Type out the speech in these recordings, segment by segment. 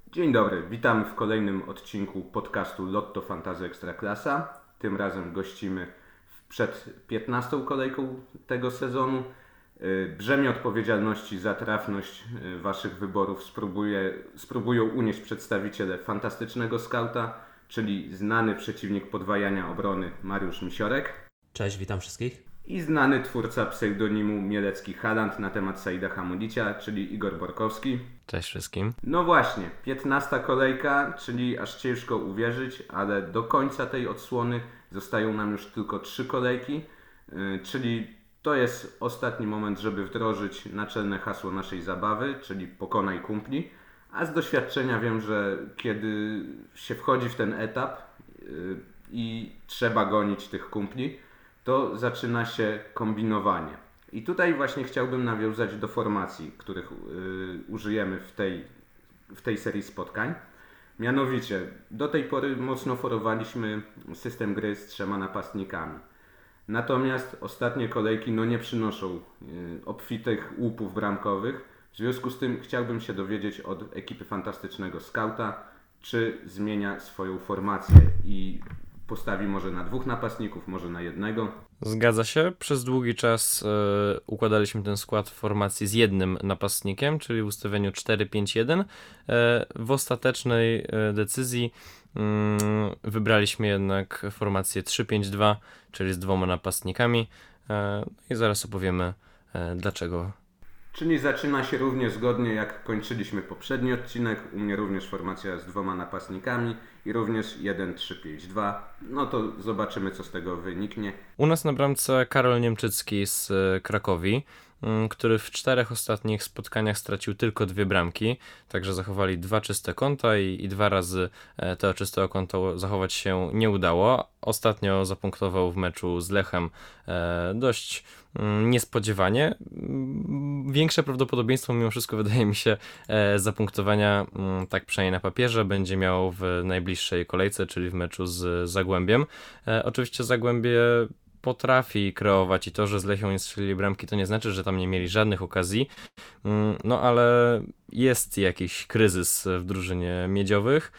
Dzień dobry, witamy w kolejnym odcinku podcastu Lotto Fantasy Ekstraklasa. Tym razem gościmy przed 15. kolejką tego sezonu. Brzemię odpowiedzialności za trafność Waszych wyborów spróbują unieść przedstawiciele fantastycznego skauta, czyli znany przeciwnik podwajania obrony Mariusz Misiorek. Cześć, witam wszystkich. I znany twórca pseudonimu Mielecki Haland na temat Saida Hamudicia, czyli Igor Borkowski. Cześć wszystkim. No właśnie, 15. kolejka, czyli aż ciężko uwierzyć, ale do końca tej odsłony zostają nam już tylko 3 kolejki, czyli to jest ostatni moment, żeby wdrożyć naczelne hasło naszej zabawy, czyli pokonaj kumpli. A z doświadczenia wiem, że kiedy się wchodzi w ten etap i trzeba gonić tych kumpli, to zaczyna się kombinowanie. I tutaj właśnie chciałbym nawiązać do formacji, których użyjemy w tej serii spotkań. Mianowicie, do tej pory mocno forowaliśmy system gry z 3 napastnikami. Natomiast ostatnie kolejki nie przynoszą obfitych łupów bramkowych. W związku z tym chciałbym się dowiedzieć od ekipy Fantastycznego Skauta, czy zmienia swoją formację i postawi może na 2 napastników, może na 1. Zgadza się. Przez długi czas układaliśmy ten skład w formacji z 1 napastnikiem, czyli w ustawieniu 4-5-1. W ostatecznej decyzji wybraliśmy jednak formację 3-5-2, czyli z 2 napastnikami. I zaraz opowiemy dlaczego. Czyli zaczyna się równie zgodnie jak kończyliśmy poprzedni odcinek. U mnie również formacja z 2 napastnikami i również 1-3-5-2. No to zobaczymy, co z tego wyniknie. U nas na bramce Karol Niemczycki z Krakowi, który w 4 ostatnich spotkaniach stracił tylko 2 bramki, także zachowali 2 czyste konta i 2 razy to czyste konto zachować się nie udało. Ostatnio zapunktował w meczu z Lechem dość niespodziewanie. Większe prawdopodobieństwo mimo wszystko wydaje mi się zapunktowania, tak przynajmniej na papierze, będzie miał w najbliższej kolejce, czyli w meczu z Zagłębiem. Oczywiście Zagłębie potrafi kreować i to, że z Lechią nie strzelili bramki, to nie znaczy, że tam nie mieli żadnych okazji, no ale jest jakiś kryzys w drużynie miedziowych.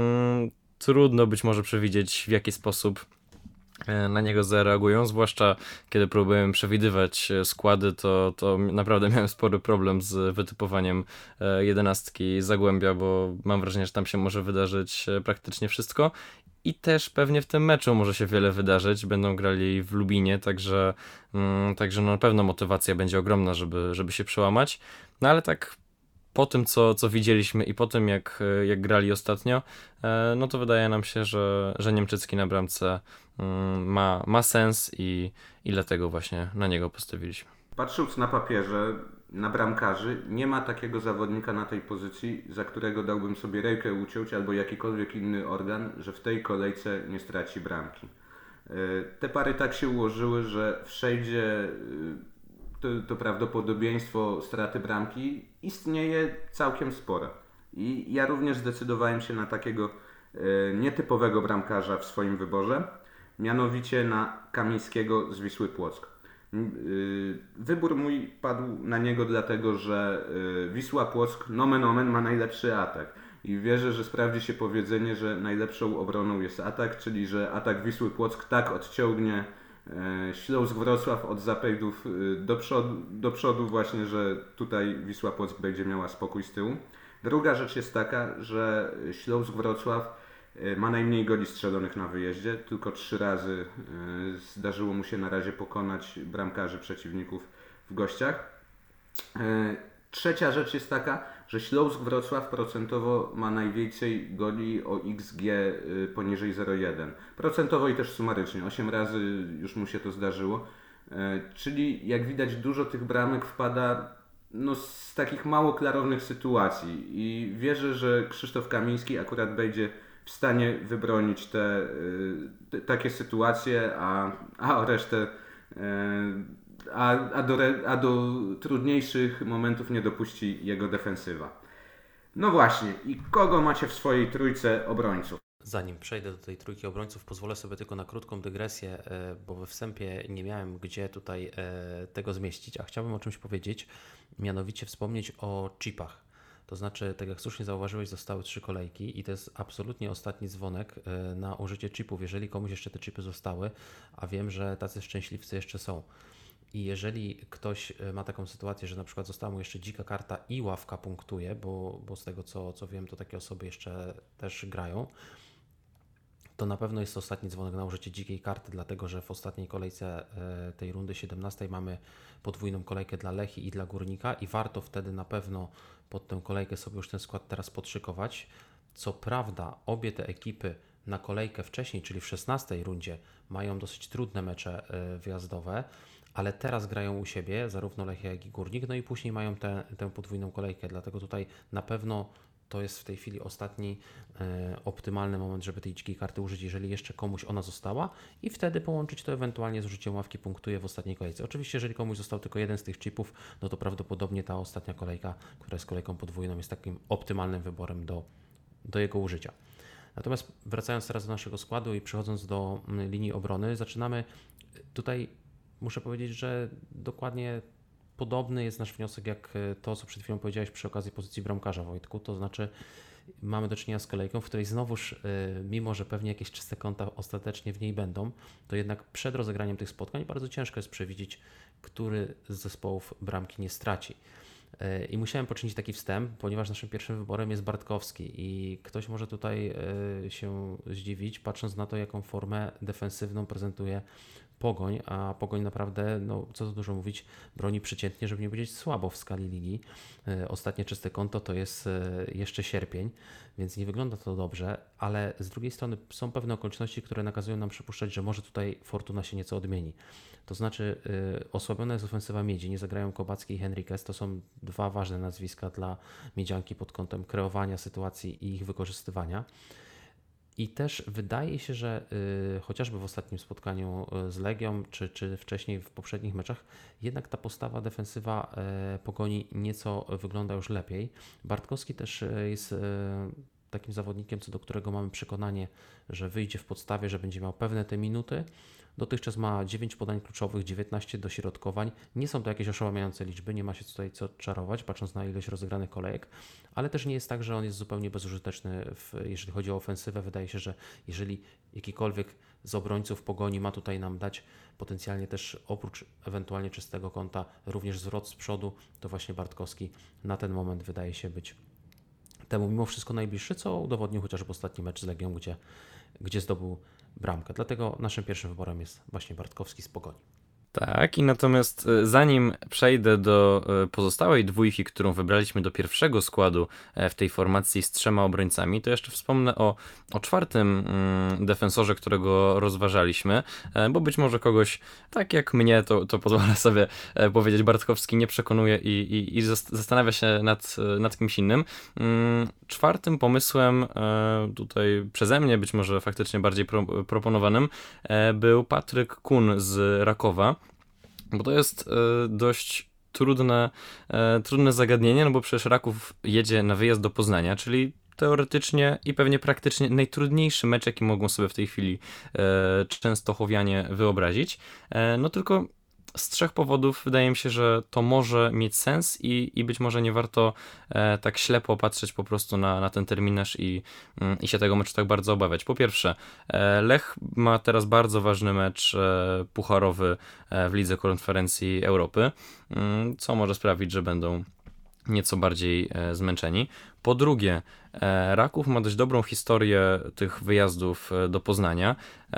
Trudno być może przewidzieć, w jaki sposób na niego zareagują, zwłaszcza kiedy próbowałem przewidywać składy, to naprawdę miałem spory problem z wytypowaniem 11 Zagłębia, bo mam wrażenie, że tam się może wydarzyć praktycznie wszystko. I też pewnie w tym meczu może się wiele wydarzyć. Będą grali w Lubinie, także na pewno motywacja będzie ogromna, żeby się przełamać. No ale tak po tym, co widzieliśmy i po tym, jak grali ostatnio, to wydaje nam się, że Niemczycki na bramce ma sens i dlatego właśnie na niego postawiliśmy. Patrząc na papierze, na bramkarzy, nie ma takiego zawodnika na tej pozycji, za którego dałbym sobie rękę uciąć albo jakikolwiek inny organ, że w tej kolejce nie straci bramki. Te pary tak się ułożyły, że wszędzie to prawdopodobieństwo straty bramki istnieje całkiem spore. I ja również zdecydowałem się na takiego nietypowego bramkarza w swoim wyborze, mianowicie na Kamińskiego z Wisły Płock. Wybór mój padł na niego dlatego, że Wisła Płock nomen omen ma najlepszy atak i wierzę, że sprawdzi się powiedzenie, że najlepszą obroną jest atak, czyli że atak Wisły Płock tak odciągnie Śląsk Wrocław od zapejdów do przodu właśnie, że tutaj Wisła Płock będzie miała spokój z tyłu. Druga rzecz jest taka, że Śląsk Wrocław ma najmniej goli strzelonych na wyjeździe, tylko 3 razy zdarzyło mu się na razie pokonać bramkarzy przeciwników w gościach. Trzecia rzecz jest taka, że Śląsk Wrocław procentowo ma najwięcej goli o XG poniżej 0,1. Procentowo i też sumarycznie, 8 razy już mu się to zdarzyło. Czyli jak widać dużo tych bramek wpada z takich mało klarownych sytuacji i wierzę, że Krzysztof Kamiński akurat będzie w stanie wybronić takie sytuacje, a o resztę a do trudniejszych momentów nie dopuści jego defensywa. No właśnie, i kogo macie w swojej trójce obrońców? Zanim przejdę do tej trójki obrońców, pozwolę sobie tylko na krótką dygresję, bo we wstępie nie miałem gdzie tutaj tego zmieścić, a chciałbym o czymś powiedzieć, mianowicie wspomnieć o chipach. To znaczy, tak jak słusznie zauważyłeś, zostały 3 kolejki i to jest absolutnie ostatni dzwonek na użycie chipów, jeżeli komuś jeszcze te chipy zostały, a wiem, że tacy szczęśliwcy jeszcze są. I jeżeli ktoś ma taką sytuację, że na przykład została mu jeszcze dzika karta i ławka punktuje, bo z tego co wiem, to takie osoby jeszcze też grają, to na pewno jest to ostatni dzwonek na użycie dzikiej karty, dlatego że w ostatniej kolejce tej rundy 17 mamy podwójną kolejkę dla Lechii i dla Górnika i warto wtedy na pewno pod tę kolejkę sobie już ten skład teraz podszykować. Co prawda obie te ekipy na kolejkę wcześniej, czyli w 16 rundzie mają dosyć trudne mecze wyjazdowe, ale teraz grają u siebie, zarówno Lechia, jak i Górnik, no i później mają tę podwójną kolejkę, dlatego tutaj na pewno to jest w tej chwili ostatni optymalny moment, żeby tej dzikiej karty użyć, jeżeli jeszcze komuś ona została i wtedy połączyć to ewentualnie z użyciem ławki punktuje w ostatniej kolejce. Oczywiście, jeżeli komuś został tylko jeden z tych chipów, no to prawdopodobnie ta ostatnia kolejka, która jest kolejką podwójną, jest takim optymalnym wyborem do jego użycia. Natomiast wracając teraz do naszego składu i przechodząc do linii obrony, zaczynamy tutaj, muszę powiedzieć, że dokładnie podobny jest nasz wniosek jak to, co przed chwilą powiedziałeś przy okazji pozycji bramkarza, Wojtku, to znaczy mamy do czynienia z kolejką, w której znowuż, mimo że pewnie jakieś czyste kąta ostatecznie w niej będą, to jednak przed rozegraniem tych spotkań bardzo ciężko jest przewidzieć, który z zespołów bramki nie straci. I musiałem poczynić taki wstęp, ponieważ naszym pierwszym wyborem jest Bartkowski i ktoś może tutaj się zdziwić, patrząc na to, jaką formę defensywną prezentuje Pogoń, a Pogoń naprawdę, no co tu dużo mówić, broni przeciętnie, żeby nie powiedzieć słabo w skali ligi. Ostatnie czyste konto to jest jeszcze sierpień, więc nie wygląda to dobrze, ale z drugiej strony są pewne okoliczności, które nakazują nam przypuszczać, że może tutaj fortuna się nieco odmieni. To znaczy osłabiona jest ofensywa Miedzi, nie zagrają Kobacki i Henriquez, to są dwa ważne nazwiska dla Miedzianki pod kątem kreowania sytuacji i ich wykorzystywania. I też wydaje się, że chociażby w ostatnim spotkaniu z Legią, czy wcześniej w poprzednich meczach, jednak ta postawa defensywa Pogoni nieco wygląda już lepiej. Bartkowski też jest takim zawodnikiem, co do którego mamy przekonanie, że wyjdzie w podstawie, że będzie miał pewne te minuty. Dotychczas ma 9 podań kluczowych, 19 dośrodkowań. Nie są to jakieś oszałamiające liczby, nie ma się tutaj co czarować, patrząc na ilość rozegranych kolejek, ale też nie jest tak, że on jest zupełnie bezużyteczny, jeżeli chodzi o ofensywę. Wydaje się, że jeżeli jakikolwiek z obrońców Pogoni ma tutaj nam dać potencjalnie też oprócz ewentualnie czystego kąta również zwrot z przodu, to właśnie Bartkowski na ten moment wydaje się być temu mimo wszystko najbliższy, co udowodnił chociażby ostatni mecz z Legią, gdzie zdobył bramkę. Dlatego naszym pierwszym wyborem jest właśnie Bartkowski z Pogoni. Tak, i natomiast zanim przejdę do pozostałej dwójki, którą wybraliśmy do pierwszego składu w tej formacji z 3 obrońcami, to jeszcze wspomnę o czwartym defensorze, którego rozważaliśmy, bo być może kogoś, tak jak mnie, to pozwolę sobie powiedzieć, Bartkowski nie przekonuje i zastanawia się nad kimś innym. Czwartym pomysłem tutaj przeze mnie, być może faktycznie bardziej proponowanym, był Patryk Kun z Rakowa. Bo to jest dość trudne zagadnienie, no bo przecież Raków jedzie na wyjazd do Poznania, czyli teoretycznie i pewnie praktycznie najtrudniejszy mecz, jaki mogą sobie w tej chwili częstochowianie wyobrazić. No tylko z 3 powodów wydaje mi się, że to może mieć sens i być może nie warto tak ślepo patrzeć po prostu na ten terminarz i się tego meczu tak bardzo obawiać. Po pierwsze, Lech ma teraz bardzo ważny mecz pucharowy w Lidze Konferencji Europy, co może sprawić, że będą nieco bardziej zmęczeni. Po drugie, Raków ma dość dobrą historię tych wyjazdów do Poznania.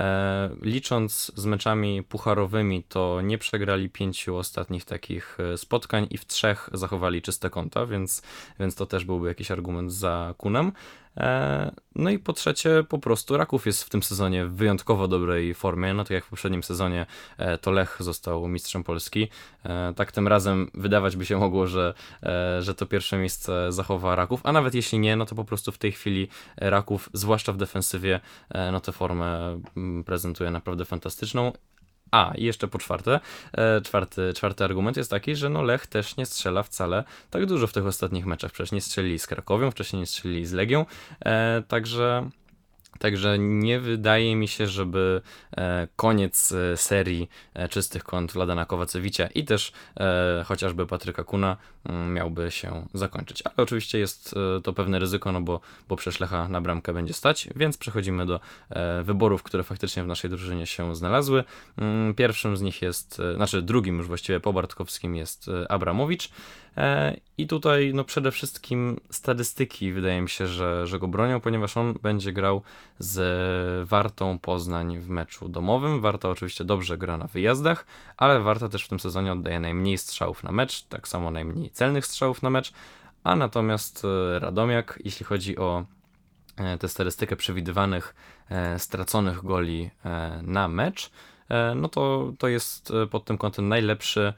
Licząc z meczami pucharowymi, to nie przegrali 5 ostatnich takich spotkań i w 3 zachowali czyste konta, więc to też byłby jakiś argument za Kunem. No i po trzecie, po prostu Raków jest w tym sezonie w wyjątkowo dobrej formie, no to jak w poprzednim sezonie to Lech został mistrzem Polski. Tak tym razem wydawać by się mogło, że to pierwsze miejsce zachowa Raków, a nawet jeśli nie, no to po prostu w tej chwili Raków, zwłaszcza w defensywie, no tę formę prezentuje naprawdę fantastyczną. A, i jeszcze po czwarte, czwarty argument jest taki, że no Lech też nie strzela wcale tak dużo w tych ostatnich meczach. Przecież nie strzelili z Krakowią, wcześniej nie strzelili z Legią, także Także nie wydaje mi się, żeby koniec serii czystych kont Wladana Kowacewicza i też chociażby Patryka Kuna miałby się zakończyć. Ale oczywiście jest to pewne ryzyko, no bo przecież Lecha na bramkę będzie stać, więc przechodzimy do wyborów, które faktycznie w naszej drużynie się znalazły. Pierwszym z nich jest, drugim już właściwie po Bartkowskim jest Abramowicz. I tutaj no przede wszystkim statystyki wydaje mi się, że go bronią, ponieważ on będzie grał z Wartą Poznań w meczu domowym. Warta oczywiście dobrze gra na wyjazdach, ale Warta też w tym sezonie oddaje najmniej strzałów na mecz, tak samo najmniej celnych strzałów na mecz, a natomiast Radomiak, jeśli chodzi o tę statystykę przewidywanych straconych goli na mecz, no to jest pod tym kątem najlepszy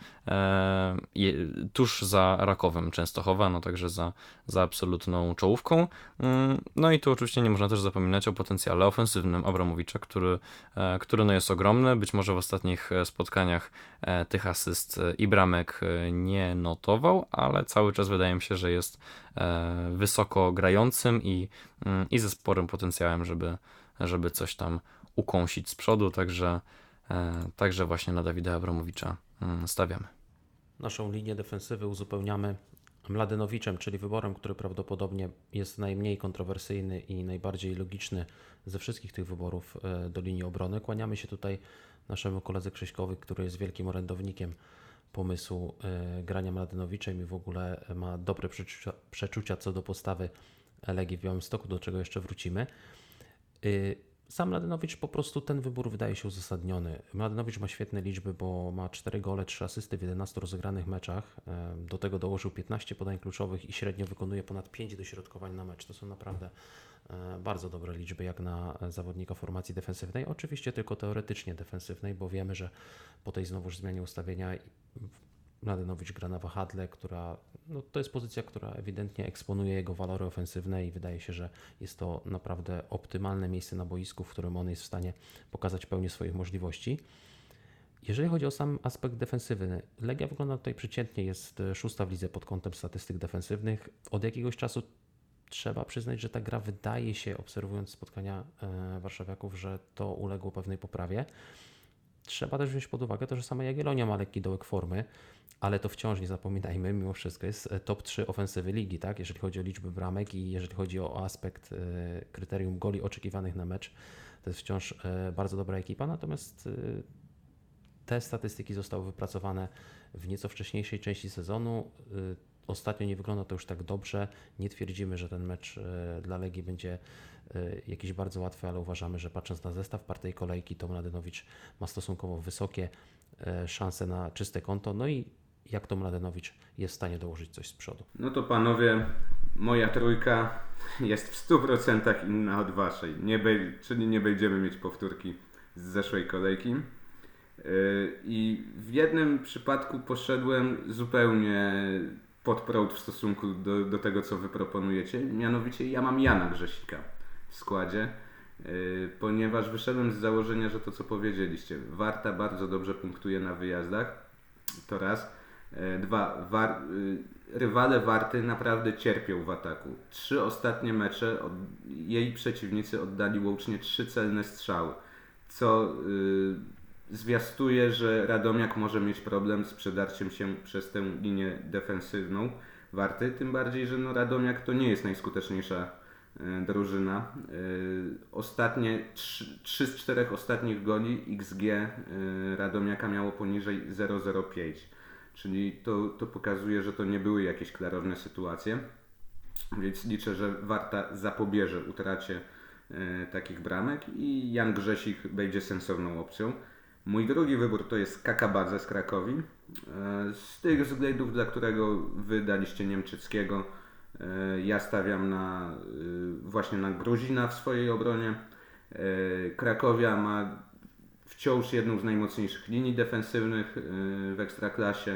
tuż za Rakowem Częstochowa, no także za absolutną czołówką. No i tu oczywiście nie można też zapominać o potencjale ofensywnym Abramowicza, który no jest ogromny. Być może w ostatnich spotkaniach tych asyst i bramek nie notował, ale cały czas wydaje mi się, że jest wysoko grającym i ze sporym potencjałem, żeby coś tam ukąsić z przodu, Także właśnie na Dawida Abramowicza stawiamy. Naszą linię defensywy uzupełniamy Mladynowiczem, czyli wyborem, który prawdopodobnie jest najmniej kontrowersyjny i najbardziej logiczny ze wszystkich tych wyborów do linii obrony. Kłaniamy się tutaj naszemu koledze Krzyśkowi, który jest wielkim orędownikiem pomysłu grania Mladynowiczem i w ogóle ma dobre przeczucia co do postawy Legii w Białymstoku, do czego jeszcze wrócimy. Sam Mladynowicz po prostu ten wybór wydaje się uzasadniony. Mladynowicz ma świetne liczby, bo ma 4 gole, 3 asysty w 11 rozegranych meczach. Do tego dołożył 15 podań kluczowych i średnio wykonuje ponad 5 dośrodkowań na mecz. To są naprawdę bardzo dobre liczby jak na zawodnika formacji defensywnej. Oczywiście tylko teoretycznie defensywnej, bo wiemy, że po tej znowuż zmianie ustawienia Mladynowicz gra na wahadle, to jest pozycja, która ewidentnie eksponuje jego walory ofensywne i wydaje się, że jest to naprawdę optymalne miejsce na boisku, w którym on jest w stanie pokazać pełnię swoich możliwości. Jeżeli chodzi o sam aspekt defensywny, Legia wygląda tutaj przeciętnie, jest 6. w lidze pod kątem statystyk defensywnych. Od jakiegoś czasu trzeba przyznać, że ta gra wydaje się, obserwując spotkania warszawiaków, że to uległo pewnej poprawie. Trzeba też wziąć pod uwagę to, że sama Jagiellonia ma lekki dołek formy, ale to wciąż nie zapominajmy, mimo wszystko jest top 3 ofensywy ligi, tak? Jeżeli chodzi o liczbę bramek i jeżeli chodzi o aspekt kryterium goli oczekiwanych na mecz, to jest wciąż bardzo dobra ekipa, natomiast te statystyki zostały wypracowane w nieco wcześniejszej części sezonu. Ostatnio nie wygląda to już tak dobrze. Nie twierdzimy, że ten mecz dla Legii będzie jakiś bardzo łatwy, ale uważamy, że patrząc na zestaw partej kolejki, to Mladynowicz ma stosunkowo wysokie szanse na czyste konto. No i jak to Mladynowicz jest w stanie dołożyć coś z przodu? No to panowie, moja trójka jest w 100% inna od waszej. Czyli nie będziemy mieć powtórki z zeszłej kolejki. I w jednym przypadku poszedłem zupełnie pod prąd w stosunku do tego, co wy proponujecie. Mianowicie ja mam Jana Grzesika w składzie, ponieważ wyszedłem z założenia, że to, co powiedzieliście, Warta bardzo dobrze punktuje na wyjazdach, to raz. 2. Rywale Warty naprawdę cierpią w ataku. 3 ostatnie mecze jej przeciwnicy oddali łącznie 3 celne strzały, co zwiastuje, że Radomiak może mieć problem z przedarciem się przez tę linię defensywną Warty, tym bardziej, że Radomiak to nie jest najskuteczniejsza drużyna. Ostatnie 3 z 4 ostatnich goli XG Radomiaka miało poniżej 0,05, czyli to pokazuje, że to nie były jakieś klarowne sytuacje, więc liczę, że Warta zapobierze utracie takich bramek i Jan Grzesik będzie sensowną opcją. Mój drugi wybór to jest Kakabadze z Krakowi. Z tych względów, dla którego wy daliście Niemczyckiego, ja stawiam właśnie na Gruzina w swojej obronie. Krakowia ma wciąż jedną z najmocniejszych linii defensywnych w Ekstraklasie.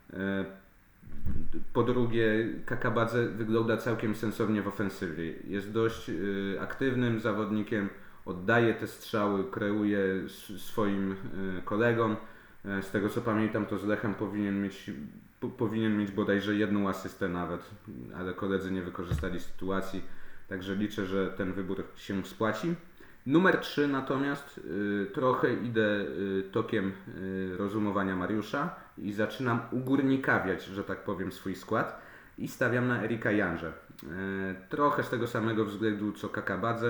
Po drugie, Kakabadze wygląda całkiem sensownie w ofensywie. Jest dość aktywnym zawodnikiem, oddaje te strzały, kreuje swoim kolegom. Z tego co pamiętam, to z Lechem powinien mieć bodajże 1 asystę nawet, ale koledzy nie wykorzystali sytuacji. Także liczę, że ten wybór się spłaci. Numer 3 natomiast trochę idę tokiem rozumowania Mariusza i zaczynam ugórnikawiać, że tak powiem, swój skład i stawiam na Erika Janżę. Trochę z tego samego względu co Kakabadze.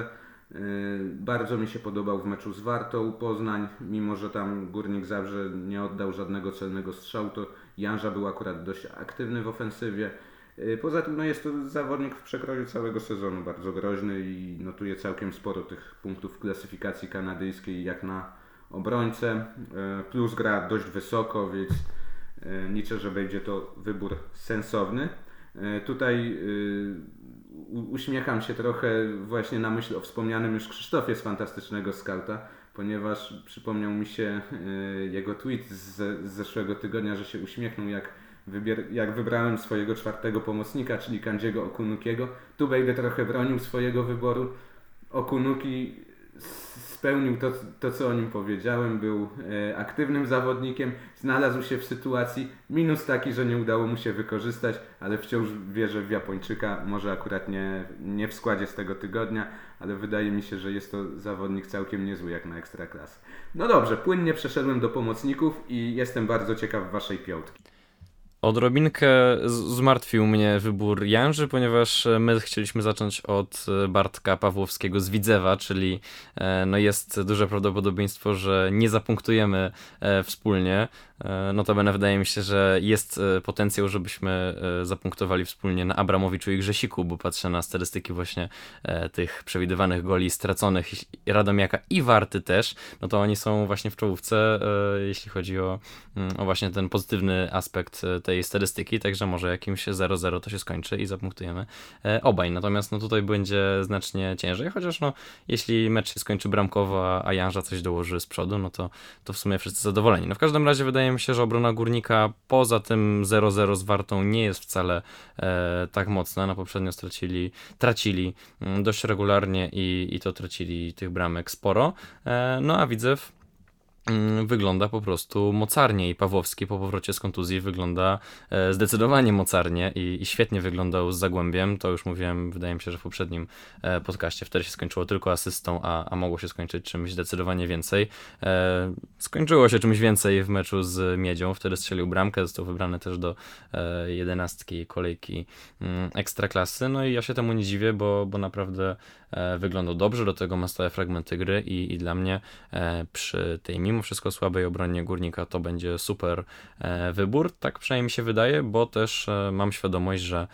Bardzo mi się podobał w meczu z Wartą Poznań, mimo że tam Górnik Zabrze nie oddał żadnego celnego strzału, to Janża był akurat dość aktywny w ofensywie. Poza tym jest to zawodnik w przekroju całego sezonu, bardzo groźny i notuje całkiem sporo tych punktów w klasyfikacji kanadyjskiej jak na obrońcę, plus gra dość wysoko, więc liczę, że będzie to wybór sensowny. Tutaj uśmiecham się trochę właśnie na myśl o wspomnianym już Krzysztofie z Fantastycznego Skauta, ponieważ przypomniał mi się jego tweet z zeszłego tygodnia, że się uśmiechnął jak wybrałem swojego 4. pomocnika, czyli Kandziego Okunukiego. Tu będę trochę bronił swojego wyboru. Okunuki spełnił to, co o nim powiedziałem. Był aktywnym zawodnikiem, znalazł się w sytuacji. Minus taki, że nie udało mu się wykorzystać, ale wciąż wierzę w Japończyka. Może akurat nie w składzie z tego tygodnia, ale wydaje mi się, że jest to zawodnik całkiem niezły jak na ekstraklasy. No dobrze, płynnie przeszedłem do pomocników i jestem bardzo ciekaw waszej piątki. Odrobinkę zmartwił mnie wybór Janży, ponieważ my chcieliśmy zacząć od Bartka Pawłowskiego z Widzewa, czyli jest duże prawdopodobieństwo, że nie zapunktujemy wspólnie. Notabene wydaje mi się, że jest potencjał, żebyśmy zapunktowali wspólnie na Abramowiczu i Grzesiku, bo patrzę na statystyki właśnie tych przewidywanych goli straconych Radomiaka i Warty też, no to oni są właśnie w czołówce, jeśli chodzi o właśnie ten pozytywny aspekt tej statystyki, także może jakimś 0-0 to się skończy i zapunktujemy obaj. Natomiast tutaj będzie znacznie ciężej, chociaż jeśli mecz się skończy bramkowo, a Janża coś dołoży z przodu, no to w sumie wszyscy zadowoleni. No w każdym razie wydaje mi się, że obrona Górnika poza tym 0-0 z Wartą nie jest wcale tak mocna. Na poprzednio tracili dość regularnie i to tracili tych bramek sporo. A Widzew wygląda po prostu mocarnie i Pawłowski po powrocie z kontuzji wygląda zdecydowanie mocarnie i świetnie wyglądał z Zagłębiem. To już mówiłem, wydaje mi się, że w poprzednim podcaście. Wtedy się skończyło tylko asystą, a mogło się skończyć czymś zdecydowanie więcej. Skończyło się czymś więcej w meczu z Miedzią. Wtedy strzelił bramkę, został wybrany też do 11 kolejki Ekstraklasy. No i ja się temu nie dziwię, bo naprawdę wyglądał dobrze, do tego ma stałe fragmenty gry i dla mnie przy tej mimo wszystko słabej obronie Górnika to będzie super wybór, tak przynajmniej mi się wydaje, bo też mam świadomość, że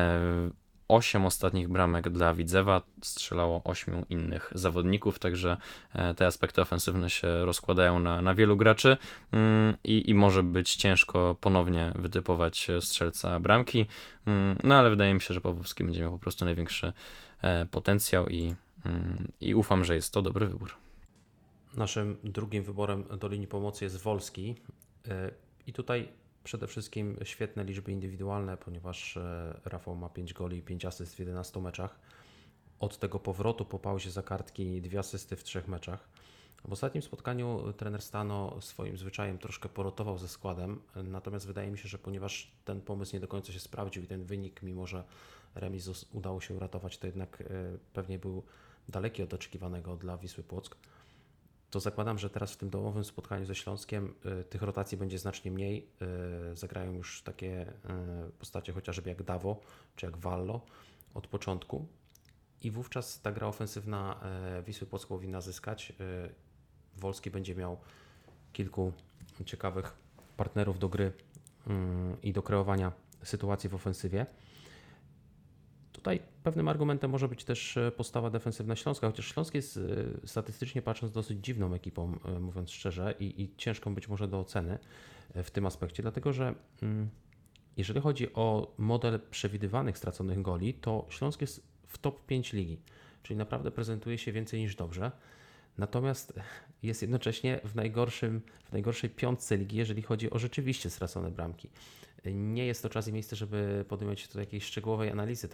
8 ostatnich bramek dla Widzewa strzelało 8 innych zawodników, także te aspekty ofensywne się rozkładają na wielu graczy i może być ciężko ponownie wytypować strzelca bramki, ale wydaje mi się, że Pawłowski będzie miał po prostu największy potencjał i ufam, że jest to dobry wybór. Naszym drugim wyborem do linii pomocy jest Wolski i tutaj przede wszystkim świetne liczby indywidualne, ponieważ Rafał ma 5 goli i 5 asyst w 11 meczach. Od tego powrotu po pauzie za kartki 2 asysty w 3 meczach. W ostatnim spotkaniu trener Stano swoim zwyczajem troszkę porotował ze składem, natomiast wydaje mi się, że ponieważ ten pomysł nie do końca się sprawdził i ten wynik, mimo że remis udało się uratować, to jednak pewnie był daleki od oczekiwanego dla Wisły Płock, to zakładam, że teraz w tym domowym spotkaniu ze Śląskiem tych rotacji będzie znacznie mniej. Zagrają już takie postacie chociażby jak Dawo czy jak Wallo od początku i wówczas ta gra ofensywna Wisły Płock powinna zyskać. Wolski będzie miał kilku ciekawych partnerów do gry i do kreowania sytuacji w ofensywie. Tutaj pewnym argumentem może być też postawa defensywna Śląska, chociaż Śląsk jest statystycznie patrząc dosyć dziwną ekipą, mówiąc szczerze, i ciężką być może do oceny w tym aspekcie, dlatego że jeżeli chodzi o model przewidywanych straconych goli, to Śląsk jest w top 5 ligi, czyli naprawdę prezentuje się więcej niż dobrze, natomiast jest jednocześnie w najgorszej piątce ligi, jeżeli chodzi o rzeczywiście stracone bramki. Nie jest to czas i miejsce, żeby podjąć tutaj jakiejś szczegółowej analizy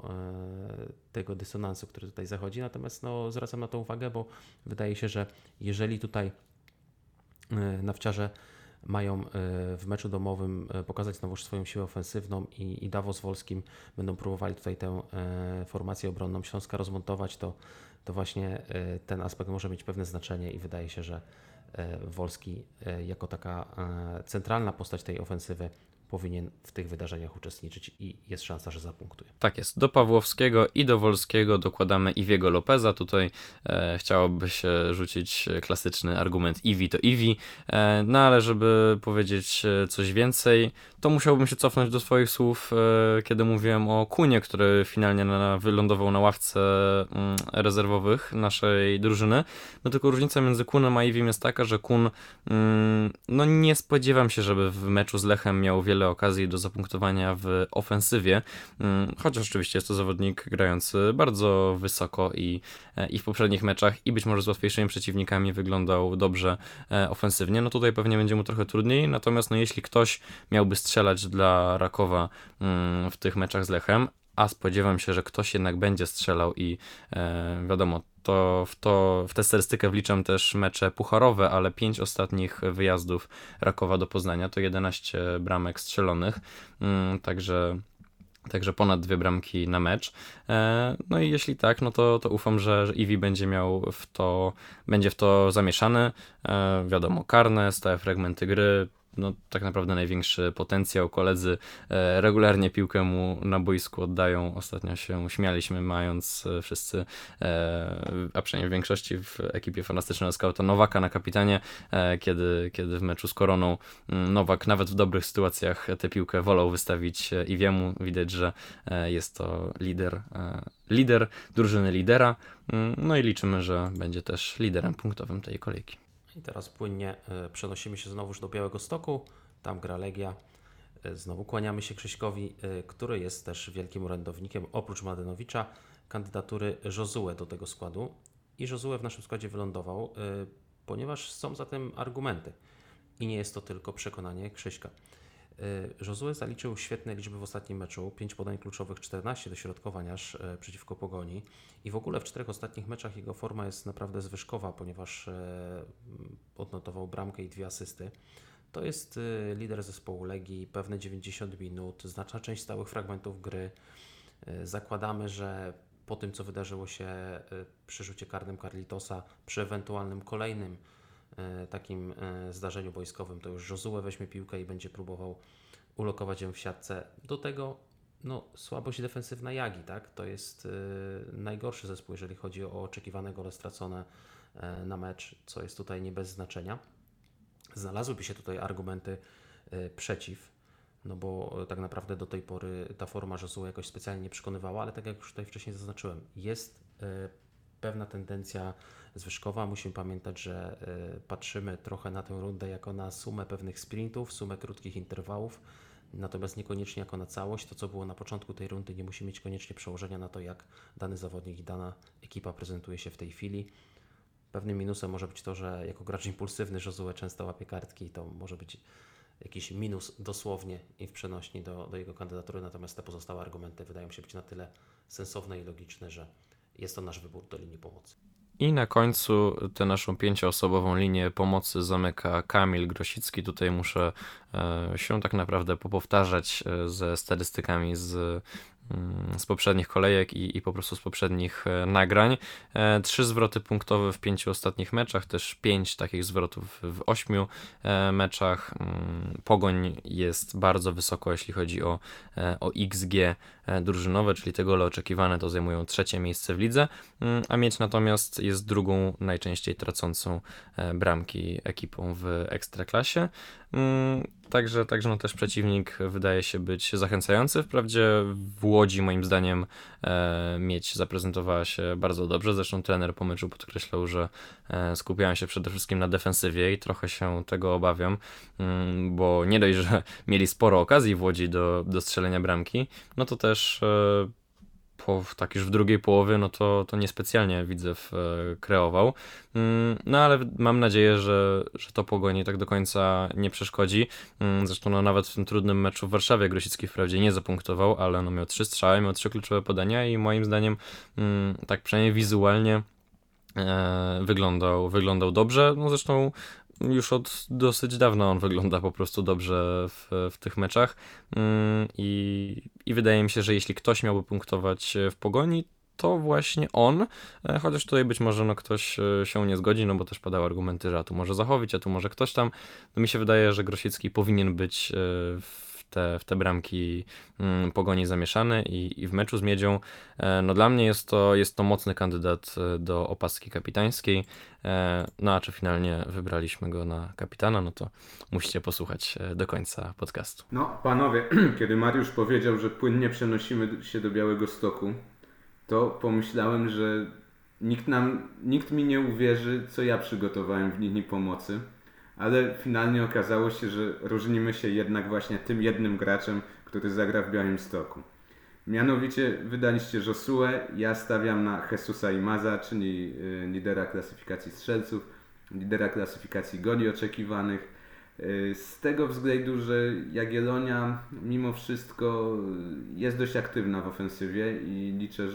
tego dysonansu, który tutaj zachodzi, natomiast zwracam na to uwagę, bo wydaje się, że jeżeli tutaj Nawciarze mają w meczu domowym pokazać znowuż swoją siłę ofensywną i Davos Wolskim będą próbowali tutaj tę formację obronną Śląska rozmontować, to właśnie ten aspekt może mieć pewne znaczenie i wydaje się, że Wolski jako taka centralna postać tej ofensywy powinien w tych wydarzeniach uczestniczyć i jest szansa, że zapunktuje. Tak jest. Do Pawłowskiego i do Wolskiego dokładamy Iwiego Lopeza. Tutaj chciałoby się rzucić klasyczny argument Iwi to Iwi, no ale żeby powiedzieć coś więcej, to musiałbym się cofnąć do swoich słów, kiedy mówiłem o Kunie, który finalnie wylądował na ławce rezerwowych naszej drużyny. No tylko różnica między Kunem a Iwim jest taka, że Kun, no nie spodziewam się, żeby w meczu z Lechem miał wiele okazji do zapunktowania w ofensywie, chociaż oczywiście jest to zawodnik grający bardzo wysoko i w poprzednich meczach i być może z łatwiejszymi przeciwnikami wyglądał dobrze ofensywnie. No tutaj pewnie będzie mu trochę trudniej, natomiast no jeśli ktoś miałby strzelać dla Rakowa w tych meczach z Lechem, a spodziewam się, że ktoś jednak będzie strzelał i wiadomo, w tę statystykę wliczam też mecze pucharowe, ale 5 ostatnich wyjazdów Rakowa do Poznania to 11 bramek strzelonych, także ponad 2 bramki na mecz. No i jeśli tak, no to ufam, że Iwi będzie będzie w to zamieszany. Wiadomo, karne, stałe fragmenty gry, no tak naprawdę największy potencjał. Koledzy regularnie piłkę mu na boisku oddają. Ostatnio się śmialiśmy, mając wszyscy, a przynajmniej w większości w ekipie fantastycznego skauta Nowaka na kapitanie, kiedy w meczu z Koroną Nowak nawet w dobrych sytuacjach tę piłkę wolał wystawić Iwiemu. Widać, że jest to lider drużyny lidera. No i liczymy, że będzie też liderem punktowym tej kolejki. I teraz płynnie przenosimy się znowuż do Białegostoku, tam gra Legia. Znowu kłaniamy się Krzyśkowi, który jest też wielkim orędownikiem, oprócz Mladenowicza, kandydatury Josue do tego składu. I Josue w naszym składzie wylądował, ponieważ są za tym argumenty. I nie jest to tylko przekonanie Krzyśka. Josue zaliczył świetne liczby w ostatnim meczu, 5 podań kluczowych, 14 dośrodkowań aż przeciwko Pogoni i w ogóle w 4 ostatnich meczach jego forma jest naprawdę zwyżkowa, ponieważ odnotował bramkę i 2 asysty. To jest lider zespołu Legii, pewne 90 minut, znaczna część stałych fragmentów gry. Zakładamy, że po tym, co wydarzyło się przy rzucie karnym Carlitosa, przy ewentualnym kolejnym takim zdarzeniu boiskowym, to już Josue weźmie piłkę i będzie próbował ulokować ją w siatce. Do tego słabość defensywna Jagi, tak? To jest najgorszy zespół, jeżeli chodzi o oczekiwane gole stracone na mecz, co jest tutaj nie bez znaczenia. Znalazłyby się tutaj argumenty przeciw, no bo tak naprawdę do tej pory ta forma Josue jakoś specjalnie nie przekonywała, ale tak jak już tutaj wcześniej zaznaczyłem, jest pewna tendencja zwyżkowa. Musimy pamiętać, że patrzymy trochę na tę rundę jako na sumę pewnych sprintów, sumę krótkich interwałów, natomiast niekoniecznie jako na całość. To, co było na początku tej rundy, nie musi mieć koniecznie przełożenia na to, jak dany zawodnik i dana ekipa prezentuje się w tej chwili. Pewnym minusem może być to, że jako gracz impulsywny Josue często łapie kartki i to może być jakiś minus dosłownie i w przenośni do jego kandydatury, natomiast te pozostałe argumenty wydają się być na tyle sensowne i logiczne, że jest to nasz wybór do linii pomocy. I na końcu tę naszą 5-osobową linię pomocy zamyka Kamil Grosicki. Tutaj muszę się tak naprawdę popowtarzać ze statystykami z poprzednich kolejek i po prostu z poprzednich nagrań. 3 zwroty punktowe w 5 ostatnich meczach, też 5 takich zwrotów w 8 meczach. Pogoń jest bardzo wysoko, jeśli chodzi o XG drużynowe, czyli te gole oczekiwane to zajmują 3. miejsce w lidze, a Miedź natomiast jest drugą najczęściej tracącą bramki ekipą w Ekstraklasie. Także no też przeciwnik wydaje się być zachęcający. Wprawdzie w Łodzi moim zdaniem Miedź zaprezentowała się bardzo dobrze. Zresztą trener po meczu podkreślał, że skupiałem się przede wszystkim na defensywie i trochę się tego obawiam, bo nie dość, że mieli sporo okazji w Łodzi do strzelenia bramki, no to też tak już w drugiej połowie, no to niespecjalnie Widzew kreował. No ale mam nadzieję, że to Pogoni tak do końca nie przeszkodzi. Zresztą nawet w tym trudnym meczu w Warszawie Grosicki wprawdzie nie zapunktował, ale miał 3 strzały, miał 3 kluczowe podania i moim zdaniem tak przynajmniej wizualnie wyglądał dobrze. No zresztą już od dosyć dawna on wygląda po prostu dobrze w tych meczach. I wydaje mi się, że jeśli ktoś miałby punktować w Pogoni, to właśnie on, chociaż tutaj być może ktoś się nie zgodzi, no bo też padały argumenty, że a tu może Zachowicz, a tu może ktoś tam. No mi się wydaje, że Grosicki powinien być w te bramki Pogoni zamieszany i w meczu z Miedzią. No dla mnie jest to mocny kandydat do opaski kapitańskiej. No a czy finalnie wybraliśmy go na kapitana, no to musicie posłuchać do końca podcastu. No, panowie, kiedy Mariusz powiedział, że płynnie przenosimy się do Białegostoku, to pomyślałem, że nikt mi nie uwierzy, co ja przygotowałem w linii pomocy, ale finalnie okazało się, że różnimy się jednak właśnie tym jednym graczem, który zagra w Białymstoku. Mianowicie wydaliście Josuę, ja stawiam na Jesusa Imaza, czyli lidera klasyfikacji strzelców, lidera klasyfikacji goli oczekiwanych. Z tego względu, że Jagiellonia mimo wszystko jest dość aktywna w ofensywie i liczę,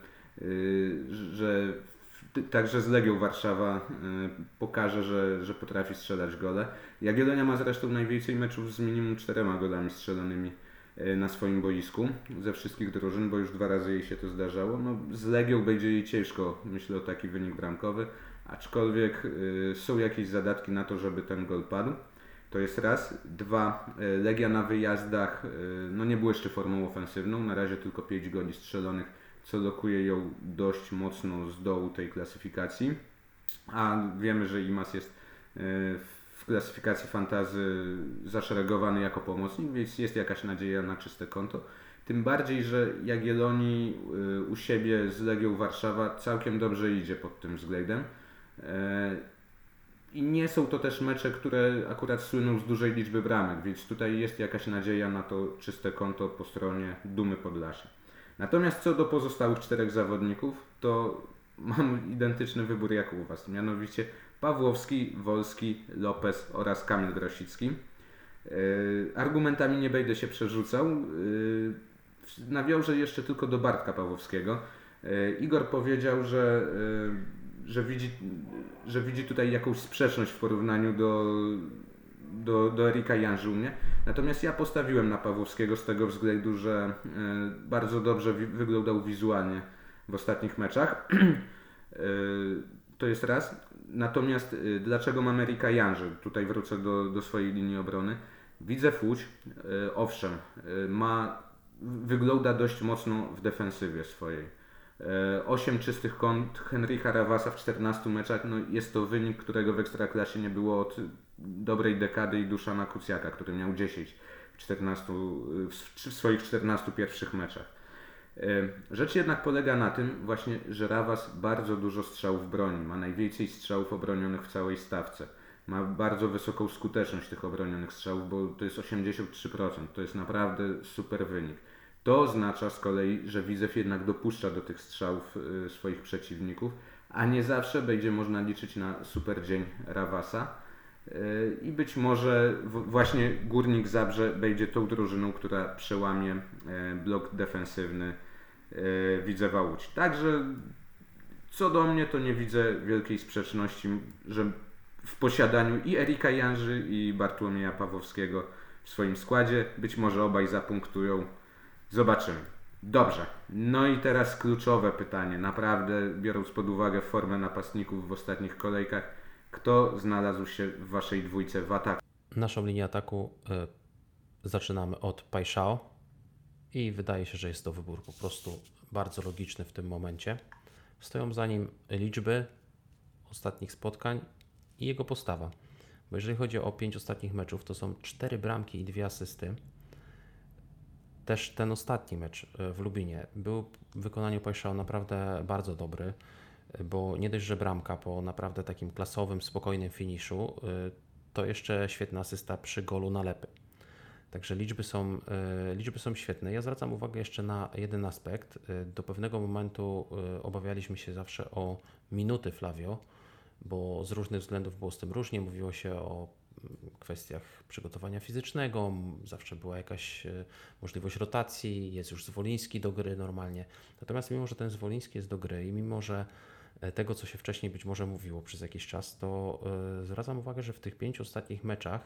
że także z Legią Warszawa pokaże, że potrafi strzelać gole. Jagiellonia ma zresztą najwięcej meczów z minimum 4 golami strzelonymi na swoim boisku ze wszystkich drużyn, bo już 2 razy jej się to zdarzało. No, z Legią będzie jej ciężko, myślę, o taki wynik bramkowy, aczkolwiek są jakieś zadatki na to, żeby ten gol padł. To jest raz. 2. Legia na wyjazdach no nie błyszczy formą ofensywną, na razie tylko 5 goli strzelonych, co lokuje ją dość mocno z dołu tej klasyfikacji. A wiemy, że Imaz jest w klasyfikacji fantasy zaszeregowany jako pomocnik, więc jest jakaś nadzieja na czyste konto. Tym bardziej, że Jagiellonii u siebie z Legią Warszawa całkiem dobrze idzie pod tym względem. I nie są to też mecze, które akurat słyną z dużej liczby bramek, więc tutaj jest jakaś nadzieja na to czyste konto po stronie Dumy Podlasia. Natomiast co do pozostałych 4 zawodników, to mam identyczny wybór jak u Was, mianowicie Pawłowski, Wolski, Lopez oraz Kamil Grosicki. Argumentami nie będę się przerzucał. Nawiążę jeszcze tylko do Bartka Pawłowskiego. Igor powiedział, że widzi tutaj jakąś sprzeczność w porównaniu do Erika Janżunie. Natomiast ja postawiłem na Pawłowskiego z tego względu, że bardzo dobrze wyglądał wizualnie w ostatnich meczach. To jest raz. Natomiast dlaczego mam Erika Janży? Tutaj wrócę do swojej linii obrony. Widzew Łódź, owszem, wygląda dość mocno w defensywie swojej. 8 czystych kąt Henryka Rawasa w 14 meczach, no jest to wynik, którego w Ekstraklasie nie było od dobrej dekady i Duszana Kucjaka, który miał 10 w swoich 14 pierwszych meczach. Rzecz jednak polega na tym właśnie, że Rawas bardzo dużo strzałów broni, ma najwięcej strzałów obronionych w całej stawce. Ma bardzo wysoką skuteczność tych obronionych strzałów, bo to jest 83%, to jest naprawdę super wynik. To oznacza z kolei, że Widzew jednak dopuszcza do tych strzałów swoich przeciwników, a nie zawsze będzie można liczyć na super dzień Rawasa. I być może właśnie Górnik Zabrze będzie tą drużyną, która przełamie blok defensywny Widzewa Łódź. Także co do mnie, to nie widzę wielkiej sprzeczności, że w posiadaniu i Erika Janży, i Bartłomieja Pawłowskiego w swoim składzie. Być może obaj zapunktują. Zobaczymy. Dobrze. No i teraz kluczowe pytanie. Naprawdę, biorąc pod uwagę formę napastników w ostatnich kolejkach, kto znalazł się w Waszej dwójce w ataku? Naszą linię ataku zaczynamy od Paixão i wydaje się, że jest to wybór po prostu bardzo logiczny w tym momencie. Stoją za nim liczby ostatnich spotkań i jego postawa. Bo jeżeli chodzi o 5 ostatnich meczów, to są 4 bramki i 2 asysty. Też ten ostatni mecz w Lubinie był w wykonaniu Paixão naprawdę bardzo dobry, bo nie dość, że bramka po naprawdę takim klasowym, spokojnym finiszu, to jeszcze świetna asysta przy golu na Lepy. Także liczby są świetne. Ja zwracam uwagę jeszcze na jeden aspekt. Do pewnego momentu obawialiśmy się zawsze o minuty Flavio, bo z różnych względów było z tym różnie. Mówiło się o kwestiach przygotowania fizycznego, zawsze była jakaś możliwość rotacji, jest już Zwoliński do gry normalnie. Natomiast mimo, że ten Zwoliński jest do gry i mimo, że tego, co się wcześniej być może mówiło przez jakiś czas, to zwracam uwagę, że w tych 5 ostatnich meczach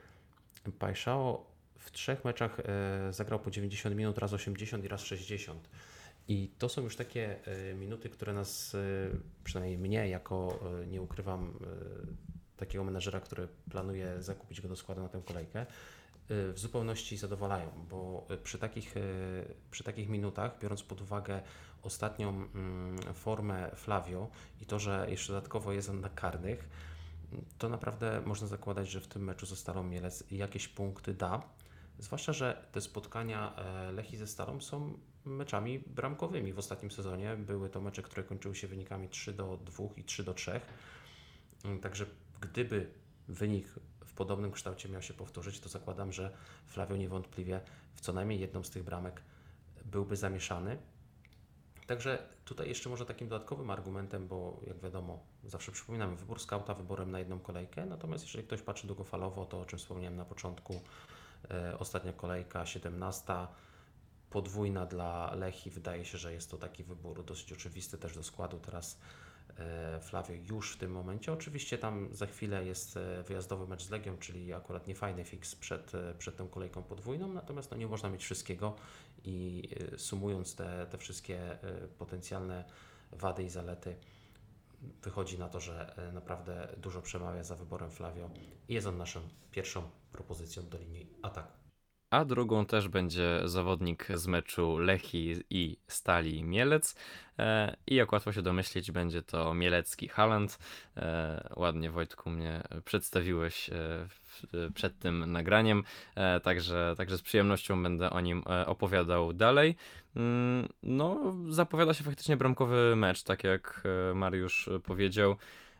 Paixão w 3 meczach zagrał po 90 minut, raz 80 i raz 60. I to są już takie minuty, które nas, przynajmniej mnie, jako nie ukrywam takiego menedżera, który planuje zakupić go do składu na tę kolejkę, w zupełności zadowalają, bo przy takich minutach, biorąc pod uwagę ostatnią formę Flavio i to, że jeszcze dodatkowo jest on na karnych, to naprawdę można zakładać, że w tym meczu ze Stalą Mielec jakieś punkty da. Zwłaszcza, że te spotkania Lechii ze Stalą są meczami bramkowymi w ostatnim sezonie. Były to mecze, które kończyły się wynikami 3-2 i 3-3. Także gdyby wynik w podobnym kształcie miał się powtórzyć, to zakładam, że Flavio niewątpliwie w co najmniej jedną z tych bramek byłby zamieszany. Także tutaj jeszcze może takim dodatkowym argumentem, bo jak wiadomo, zawsze przypominamy, wybór skauta wyborem na jedną kolejkę, natomiast jeżeli ktoś patrzy długofalowo, to o czym wspomniałem na początku, ostatnia kolejka, 17, podwójna dla Lechii, wydaje się, że jest to taki wybór dosyć oczywisty też do składu. Teraz Flavio już w tym momencie. Oczywiście tam za chwilę jest wyjazdowy mecz z Legią, czyli akurat nie fajny fix przed tą kolejką podwójną, natomiast no, nie można mieć wszystkiego i sumując te wszystkie potencjalne wady i zalety, wychodzi na to, że naprawdę dużo przemawia za wyborem Flavio i jest on naszą pierwszą propozycją do linii ataku. A drugą też będzie zawodnik z meczu Lechii i Stali Mielec. I jak łatwo się domyślić, będzie to Mielecki Haaland. Ładnie, Wojtku, mnie przedstawiłeś przed tym nagraniem, także z przyjemnością będę o nim opowiadał dalej. No, zapowiada się faktycznie bramkowy mecz, tak jak Mariusz powiedział.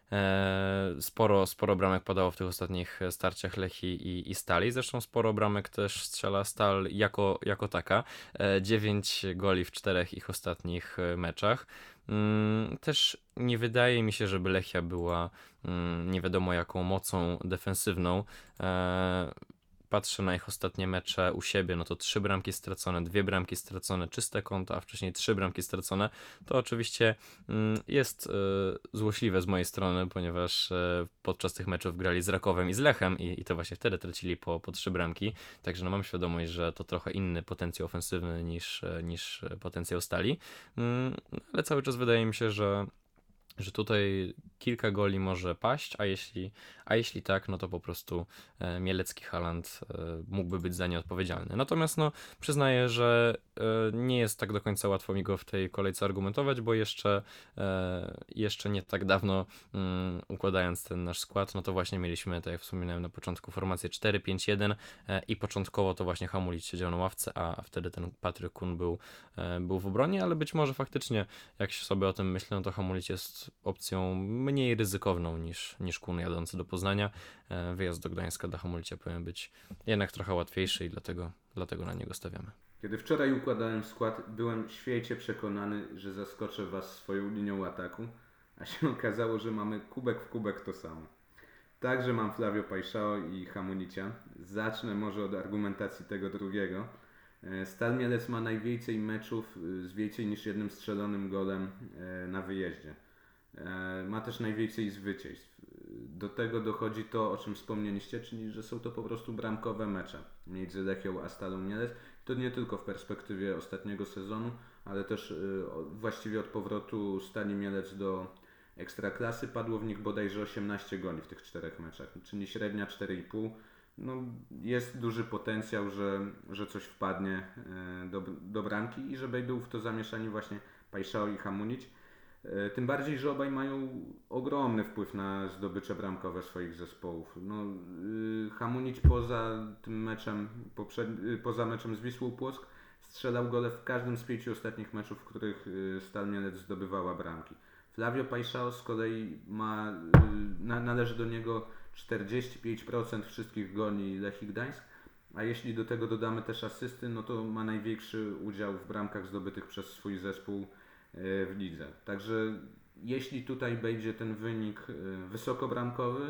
Sporo bramek padało w tych ostatnich starciach Lechii i Stali. Zresztą sporo bramek też strzela Stal jako taka. 9 goli w 4 ich ostatnich meczach. Też nie wydaje mi się, żeby Lechia była nie wiadomo jaką mocą defensywną. Patrzę na ich ostatnie mecze u siebie, no to 3 bramki stracone, 2 bramki stracone, czyste konta, a wcześniej 3 bramki stracone. To oczywiście jest złośliwe z mojej strony, ponieważ podczas tych meczów grali z Rakowem i z Lechem i to właśnie wtedy tracili po 3 bramki. Także no mam świadomość, że to trochę inny potencjał ofensywny niż potencjał Stali. Ale cały czas wydaje mi się, że tutaj kilka goli może paść, a jeśli tak, no to po prostu Mielecki Haaland mógłby być za nie odpowiedzialny. Natomiast no przyznaję, że nie jest tak do końca łatwo mi go w tej kolejce argumentować, bo jeszcze nie tak dawno układając ten nasz skład, no to właśnie mieliśmy, tak jak wspominałem na początku, formację 4-5-1 i początkowo to właśnie Hamulic siedział na ławce, a wtedy ten Patryk Kun był w obronie, ale być może faktycznie, jak się sobie o tym myślę, no to Hamulic jest opcją mniej ryzykowną niż Kun jadący do Poznania. Wyjazd do Gdańska dla Hamulicia powinien być jednak trochę łatwiejszy i dlatego na niego stawiamy. Kiedy wczoraj układałem skład, byłem świecie przekonany, że zaskoczę Was swoją linią ataku, a się okazało, że mamy kubek w kubek to samo. Także mam Flavio Paixão i Hamulicia. Zacznę może od argumentacji tego drugiego. Stal Mielec ma najwięcej meczów z więcej niż jednym strzelonym golem na wyjeździe. Ma też najwięcej zwycięstw. Do tego dochodzi to, o czym wspomnieliście, czyli że są to po prostu bramkowe mecze między Lechią a Stalą Mielec. To nie tylko w perspektywie ostatniego sezonu, ale też właściwie od powrotu Stali Mielec do Ekstraklasy padło w nich bodajże 18 goli w tych 4 meczach, czyli średnia 4,5. No, jest duży potencjał, że coś wpadnie do bramki i że będą w to zamieszani właśnie Paixão i Hamulic. Tym bardziej, że obaj mają ogromny wpływ na zdobycze bramkowe swoich zespołów. No, Hamulic poza tym meczem, poza meczem z Wisłą Płock strzelał gole w każdym z 5 ostatnich meczów, w których Stal Mielec zdobywała bramki. Flavio Paixão z kolei należy do niego 45% wszystkich goli Lechii Gdańsk, a jeśli do tego dodamy też asysty, no to ma największy udział w bramkach zdobytych przez swój zespół w lidze. Także jeśli tutaj będzie ten wynik wysokobramkowy,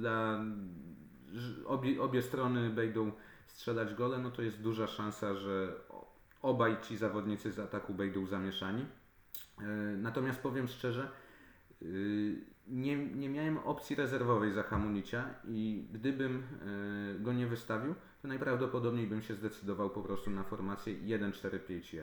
obie strony będą strzelać gole, no to jest duża szansa, że obaj ci zawodnicy z ataku będą zamieszani. Natomiast powiem szczerze, Nie miałem opcji rezerwowej za Hamunicia i gdybym go nie wystawił, to najprawdopodobniej bym się zdecydował po prostu na formację 1-4-5-1.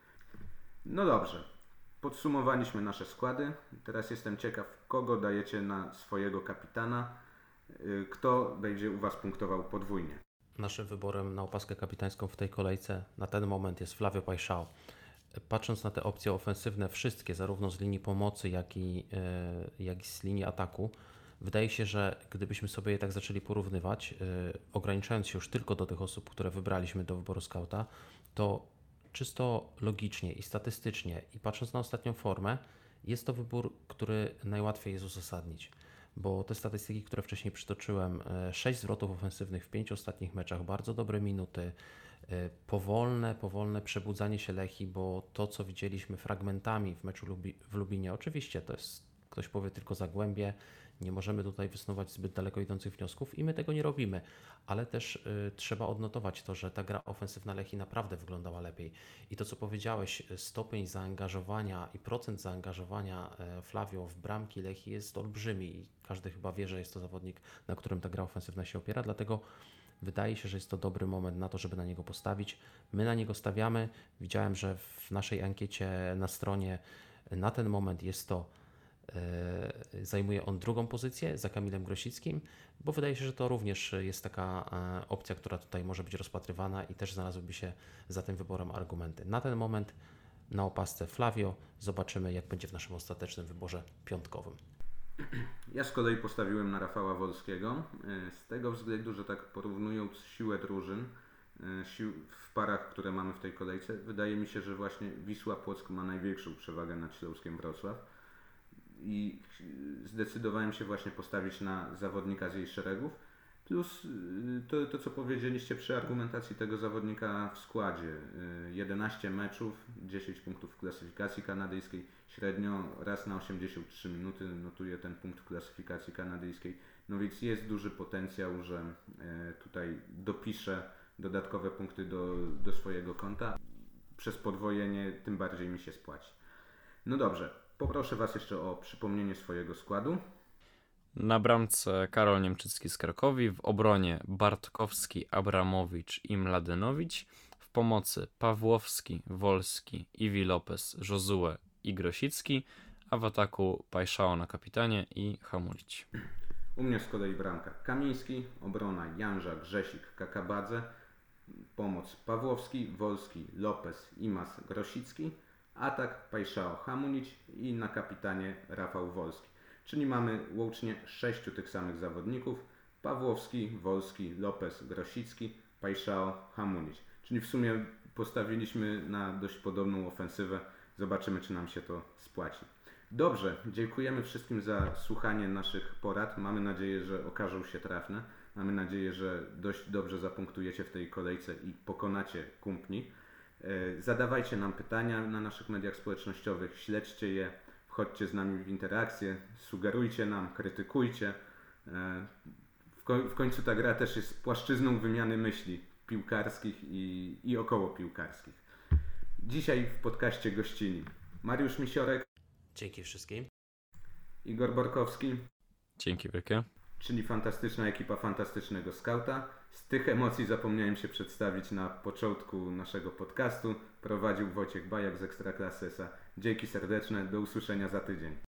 No dobrze, podsumowaliśmy nasze składy. Teraz jestem ciekaw, kogo dajecie na swojego kapitana, kto będzie u Was punktował podwójnie. Naszym wyborem na opaskę kapitańską w tej kolejce na ten moment jest Flavio Paixão. Patrząc na te opcje ofensywne, wszystkie, zarówno z linii pomocy, jak i z linii ataku, wydaje się, że gdybyśmy sobie je tak zaczęli porównywać, ograniczając się już tylko do tych osób, które wybraliśmy do wyboru skauta, to czysto logicznie i statystycznie i patrząc na ostatnią formę, jest to wybór, który najłatwiej jest uzasadnić. Bo te statystyki, które wcześniej przytoczyłem, 6 zwrotów ofensywnych w 5 ostatnich meczach, bardzo dobre minuty, powolne przebudzanie się Lechii, bo to, co widzieliśmy fragmentami w meczu w Lubinie, oczywiście to jest, ktoś powie, tylko Zagłębie, nie możemy tutaj wysnuwać zbyt daleko idących wniosków i my tego nie robimy, ale też trzeba odnotować to, że ta gra ofensywna Lechii naprawdę wyglądała lepiej i to, co powiedziałeś, stopień zaangażowania i procent zaangażowania Flavio w bramki Lechii jest olbrzymi i każdy chyba wie, że jest to zawodnik, na którym ta gra ofensywna się opiera, dlatego wydaje się, że jest to dobry moment na to, żeby na niego postawić. My na niego stawiamy. Widziałem, że w naszej ankiecie na stronie na ten moment jest to, zajmuje on drugą pozycję za Kamilem Grosickim, bo wydaje się, że to również jest taka opcja, która tutaj może być rozpatrywana i też znalazłyby się za tym wyborem argumenty. Na ten moment na opasce Flavio. Zobaczymy, jak będzie w naszym ostatecznym wyborze piątkowym. Ja z kolei postawiłem na Rafała Wolskiego z tego względu, że tak porównując siłę drużyn w parach, które mamy w tej kolejce, wydaje mi się, że właśnie Wisła Płock ma największą przewagę nad Śląskiem Wrocław i zdecydowałem się właśnie postawić na zawodnika z jej szeregów, plus to co powiedzieliście przy argumentacji tego zawodnika w składzie. 11 meczów, 10 punktów w klasyfikacji kanadyjskiej, średnio raz na 83 minuty notuje ten punkt w klasyfikacji kanadyjskiej, no więc jest duży potencjał, że tutaj dopisze dodatkowe punkty do swojego konta. Przez podwojenie tym bardziej mi się spłaci. No dobrze, poproszę Was jeszcze o przypomnienie swojego składu. Na bramce Karol Niemczycki z Krakowi, w obronie Bartkowski, Abramowicz i Mladenowicz, w pomocy Pawłowski, Wolski, Iwi Lopez, Josue i Grosicki, a w ataku Paixão na kapitanie i Hamulić. U mnie z kolei bramka Kamiński, obrona Janża, Grzesik, Kakabadze, pomoc Pawłowski, Wolski, Lopez, Imas, Grosicki, atak Paixão, Hamulić i na kapitanie Rafał Wolski. Czyli mamy łącznie 6 tych samych zawodników: Pawłowski, Wolski, Lopez, Grosicki, Paixão, Hamulić. Czyli w sumie postawiliśmy na dość podobną ofensywę. Zobaczymy, czy nam się to spłaci. Dobrze, dziękujemy wszystkim za słuchanie naszych porad. Mamy nadzieję, że okażą się trafne. Mamy nadzieję, że dość dobrze zapunktujecie w tej kolejce i pokonacie kumpli. Zadawajcie nam pytania na naszych mediach społecznościowych, śledźcie je, wchodźcie z nami w interakcję, sugerujcie nam, krytykujcie. W końcu ta gra też jest płaszczyzną wymiany myśli piłkarskich i około piłkarskich. Dzisiaj w podcaście gościli Mariusz Misiorek. Dzięki wszystkim. Igor Borkowski. Dzięki wielkie. Czyli fantastyczna ekipa Fantastycznego Skauta. Z tych emocji zapomniałem się przedstawić na początku naszego podcastu. Prowadził Wojciech Bajak z Ekstraklasy S.A. Dzięki serdeczne, do usłyszenia za tydzień.